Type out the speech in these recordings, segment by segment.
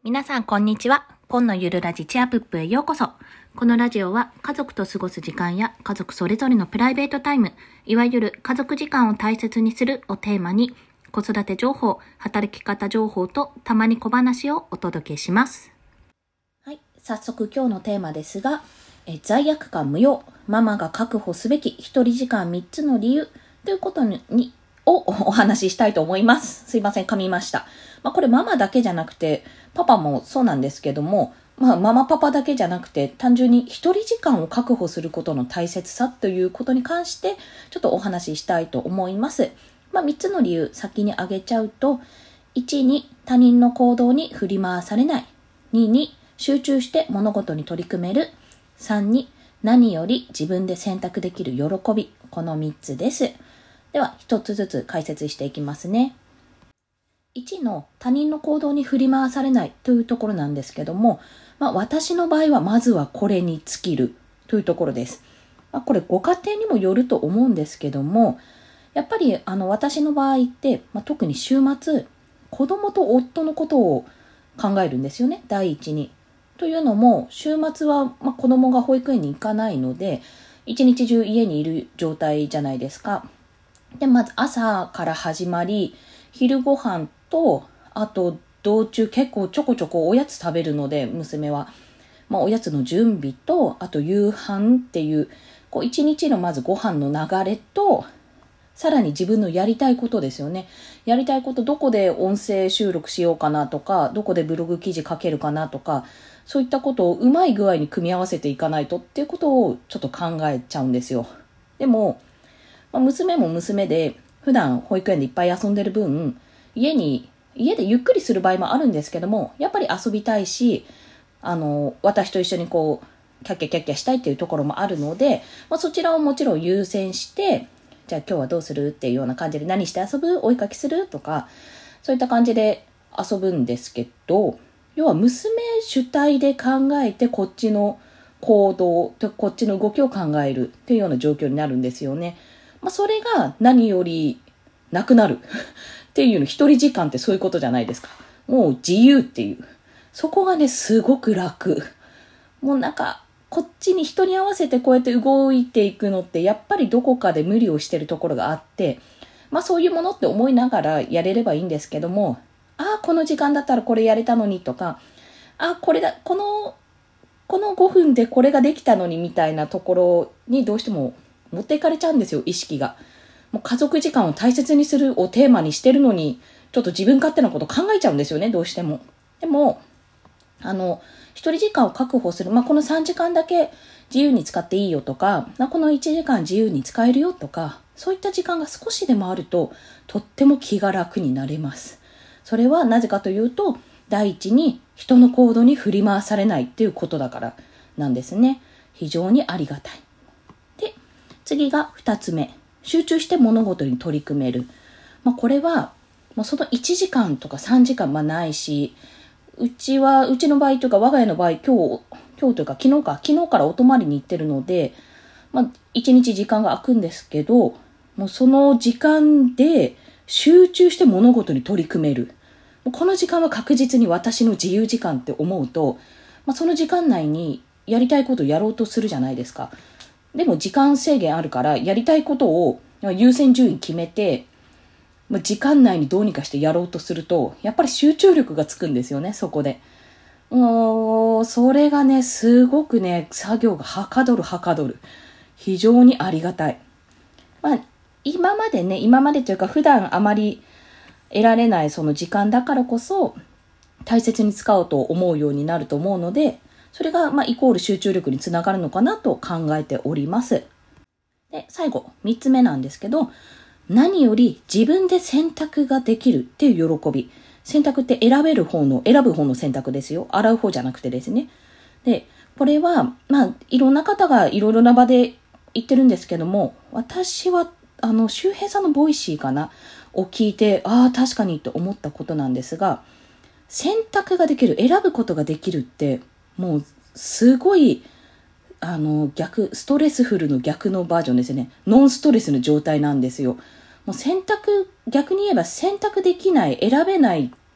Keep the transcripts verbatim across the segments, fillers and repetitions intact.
皆さんこんにちは。今のゆるラジチアプップへようこそ。このラジオは家族と過ごす時間や家族それぞれのプライベートタイム、いわゆる家族時間を大切にするをテーマに、子育て情報、働き方情報とたまに小話をお届けします。はい、早速今日のテーマですが、え罪悪感無用、ママが確保すべき一人時間みっつの理由ということにをお話ししたいと思います。すいません、噛みました。まあ、これママだけじゃなくて、パパもそうなんですけども、まあ、ママパパだけじゃなくて、単純に一人時間を確保することの大切さということに関して、ちょっとお話ししたいと思います。まあ、みっつの理由、先に挙げちゃうと、いちに他人の行動に振り回されない。にに集中して物事に取り組める。さんに何より自分で選択できる喜び。このみっつです。では、ひとつずつ解説していきますね。いちの他人の行動に振り回されないというところなんですけども、まあ、私の場合はまずはこれに尽きるというところです。まあ、これご家庭にもよると思うんですけども、やっぱりあの私の場合って、まあ、特に週末、子供と夫のことを考えるんですよね、第一に。というのも、週末はまあ子供が保育園に行かないので、一日中家にいる状態じゃないですか。で、まず朝から始まり、昼ご飯と、あと道中結構ちょこちょこおやつ食べるので、娘は。まあ、おやつの準備と、あと夕飯っていう、こう一日のまずご飯の流れと、さらに自分のやりたいことですよね。やりたいこと、どこで音声収録しようかなとか、どこでブログ記事書けるかなとか、そういったことをうまい具合に組み合わせていかないとっていうことをちょっと考えちゃうんですよ。でも、まあ、娘も娘で、普段保育園でいっぱい遊んでる分、家に、家でゆっくりする場合もあるんですけども、やっぱり遊びたいし、あの、私と一緒にこう、キャッキャキャッキャしたいっていうところもあるので、まあ、そちらをもちろん優先して、じゃあ今日はどうするっていうような感じで、何して遊ぶ？お絵かきする？とか、そういった感じで遊ぶんですけど、要は娘主体で考えてこっちの行動とこっちの動きを考えるっていうような状況になるんですよね。まあ、それが何よりなくなるっていうの、一人時間ってそういうことじゃないですか。もう自由っていう。そこがね、すごく楽。もうなんか、こっちに人に合わせてこうやって動いていくのって、やっぱりどこかで無理をしてるところがあって、まあそういうものって思いながらやれればいいんですけども、ああ、この時間だったらこれやれたのにとか、ああ、これだ、この、このごふんでこれができたのにみたいなところにどうしても持っていかれちゃうんですよ、意識が。もう家族時間を大切にするをテーマにしてるのに、ちょっと自分勝手なこと考えちゃうんですよね、どうしても。でも、あの、一人時間を確保する。まあ、このさんじかんだけ自由に使っていいよとか、このいちじかん自由に使えるよとか、そういった時間が少しでもあると、とっても気が楽になれます。それはなぜかというと、第一に人の行動に振り回されないっていうことだからなんですね。非常にありがたい。で、次が二つ目。集中して物事に取り組める。まあ、これは、もうそのいちじかんとかさんじかん、まあないし、うちは、うちの場合というか我が家の場合、今日、今日というか昨日か、昨日からお泊まりに行ってるので、まあ一日時間が空くんですけど、もうその時間で集中して物事に取り組める。この時間は確実に私の自由時間って思うと、まあ、その時間内にやりたいことをやろうとするじゃないですか。でも時間制限あるから、やりたいことを優先順位決めて、時間内にどうにかしてやろうとすると、やっぱり集中力がつくんですよね、そこで。もう、それがね、すごくね、作業がはかどるはかどる。非常にありがたい。まあ、今までね、今までというか普段あまり得られないその時間だからこそ、大切に使おうと思うようになると思うので、それがまあイコール集中力につながるのかなと考えております。で、最後、三つ目なんですけど、何より自分で選択ができるっていう喜び。選択って選べる方の、選ぶ方の選択ですよ。洗う方じゃなくてですね。で、これは、まあ、いろんな方がいろいろな場で言ってるんですけども、私は、あの、周平さんのボイシーかなを聞いて、ああ、確かにって思ったことなんですが、選択ができる、選ぶことができるって、もう、すごい、あの、逆、ストレスフルの逆のバージョンですね。ノンストレスの状態なんですよ。もう選択、逆に言えば選択できない、選べないっ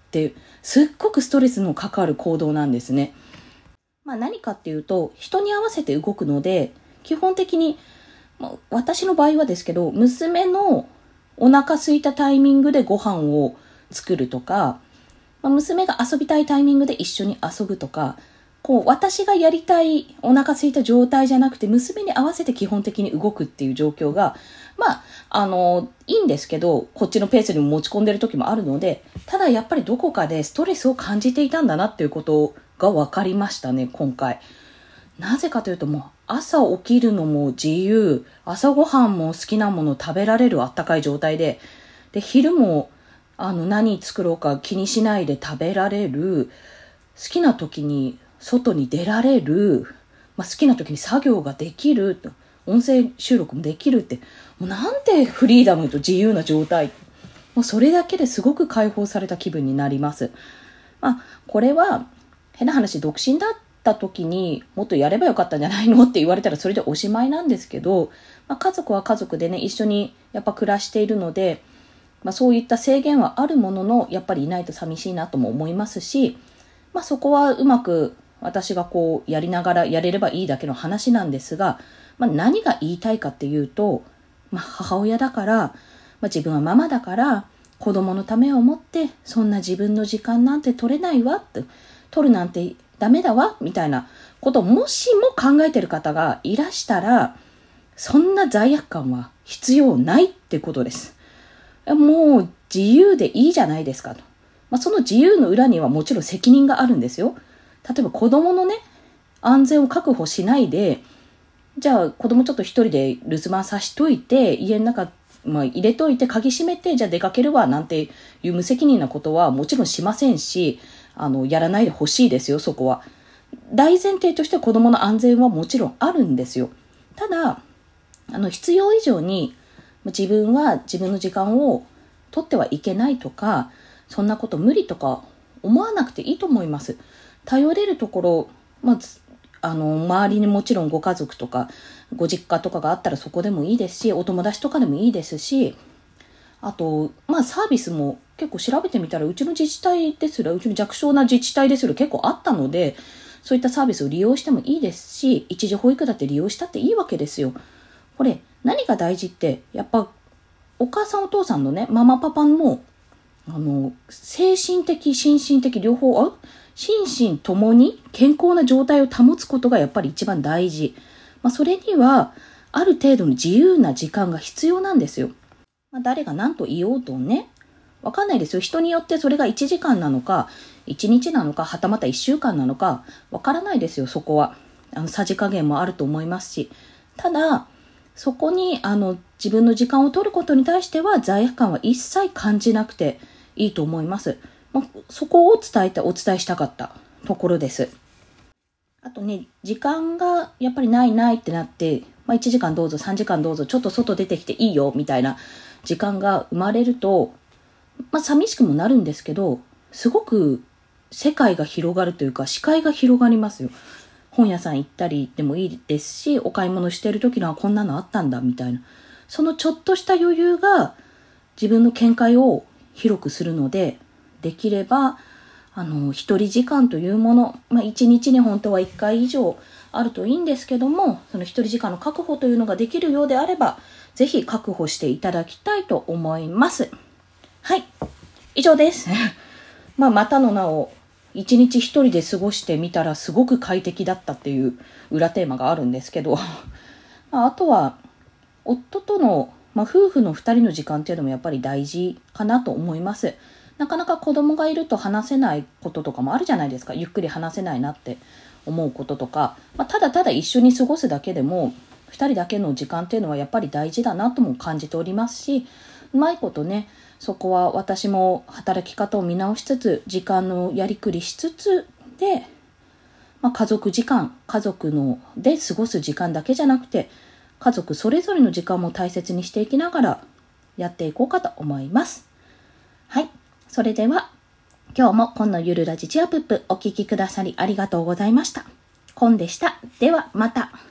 ってすっごくストレスのかかる行動なんですね。まあ、何かっていうと、人に合わせて動くので、基本的に、まあ、私の場合はですけど、娘のお腹空いたタイミングでご飯を作るとか、まあ、娘が遊びたいタイミングで一緒に遊ぶとか、こう私がやりたいお腹空いた状態じゃなくて、娘に合わせて基本的に動くっていう状況が、まあ、あの、いいんですけど、こっちのペースにも持ち込んでる時もあるので、ただやっぱりどこかでストレスを感じていたんだなっていうことが分かりましたね、今回。なぜかというと、もう朝起きるのも自由、朝ごはんも好きなもの食べられるあったかい状態で、で、昼もあの何作ろうか気にしないで食べられる、好きな時に外に出られる、まあ、好きな時に作業ができる、音声収録もできるって、もうなんてフリーダムと自由な状態。もうそれだけですごく解放された気分になります。まあ、これは変な話、独身だった時にもっとやればよかったんじゃないのって言われたらそれでおしまいなんですけど、まあ、家族は家族でね、一緒にやっぱ暮らしているので、まあ、そういった制限はあるものの、やっぱりいないと寂しいなとも思いますし、まあ、そこはうまく私がこうやりながらやれればいいだけの話なんですが、まあ、何が言いたいかっていうと、まあ、母親だから、まあ、自分はママだから子供のためを思ってそんな自分の時間なんて取れないわって、取るなんてダメだわみたいなことをもしも考えてる方がいらしたら、そんな罪悪感は必要ないってことです。もう自由でいいじゃないですかと。まあ、その自由の裏にはもちろん責任があるんですよ。例えば子供のね、安全を確保しないで、じゃあ子供ちょっと一人で留守番さしといて、家の中、まあ、入れといて鍵閉めて、じゃあ出かけるわなんていう無責任なことはもちろんしませんし、あの、やらないでほしいですよ、そこは。大前提として子供の安全はもちろんあるんですよ。ただ、あの、必要以上に自分は自分の時間を取ってはいけないとか、そんなこと無理とか思わなくていいと思います。頼れるところ、まあ、あの周りにもちろんご家族とかご実家とかがあったらそこでもいいですし、お友達とかでもいいですし、あと、まあ、サービスも結構調べてみたら、うちの自治体ですら、うちの弱小な自治体ですら結構あったので、そういったサービスを利用してもいいですし、一時保育だって利用したっていいわけですよ。これ何が大事って、やっぱお母さんお父さんのね、ママパパのあの精神的心身的両方、あ心身ともに健康な状態を保つことがやっぱり一番大事。まあ、それにはある程度の自由な時間が必要なんですよ。まあ、誰が何と言おうとね、わかんないですよ。人によってそれがいちじかんなのか、いちにちなのか、はたまたいっしゅうかんなのか、わからないですよ、そこは。あの、さじ加減もあると思いますし。ただ、そこに、あの、自分の時間を取ることに対しては、罪悪感は一切感じなくていいと思います。まあ、そこを伝えて、お伝えしたかったところです。あとね、時間がやっぱりないないってなって、まあ、いちじかんどうぞ、さんじかんどうぞ、ちょっと外出てきていいよ、みたいな時間が生まれると、まあ、寂しくもなるんですけど、すごく世界が広がるというか、視界が広がりますよ。本屋さん行ったりでもいいですし、お買い物してる時のはこんなのあったんだみたいな、そのちょっとした余裕が自分の見解を広くするので、できればあの一人時間というもの、まあ、一日に本当はいっかい以上あるといいんですけども、その一人時間の確保というのができるようであれば、ぜひ確保していただきたいと思います。はい、以上です。まあ、またの名を一日一人で過ごしてみたらすごく快適だったっていう裏テーマがあるんですけど、まあ、あとは夫との、まあ、夫婦の二人の時間っていうのもやっぱり大事かなと思います。なかなか子供がいると話せないこととかもあるじゃないですか。ゆっくり話せないなって思うこととか、まあ、ただただ一緒に過ごすだけでも二人だけの時間っていうのはやっぱり大事だなとも感じておりますし、うまいことね、そこは私も働き方を見直しつつ、時間のやりくりしつつで、まあ、家族時間、家族ので過ごす時間だけじゃなくて、家族それぞれの時間も大切にしていきながらやっていこうかと思います。はい。それでは、今日も今のゆるラジチアプップお聞きくださりありがとうございました。コンでした。ではまた。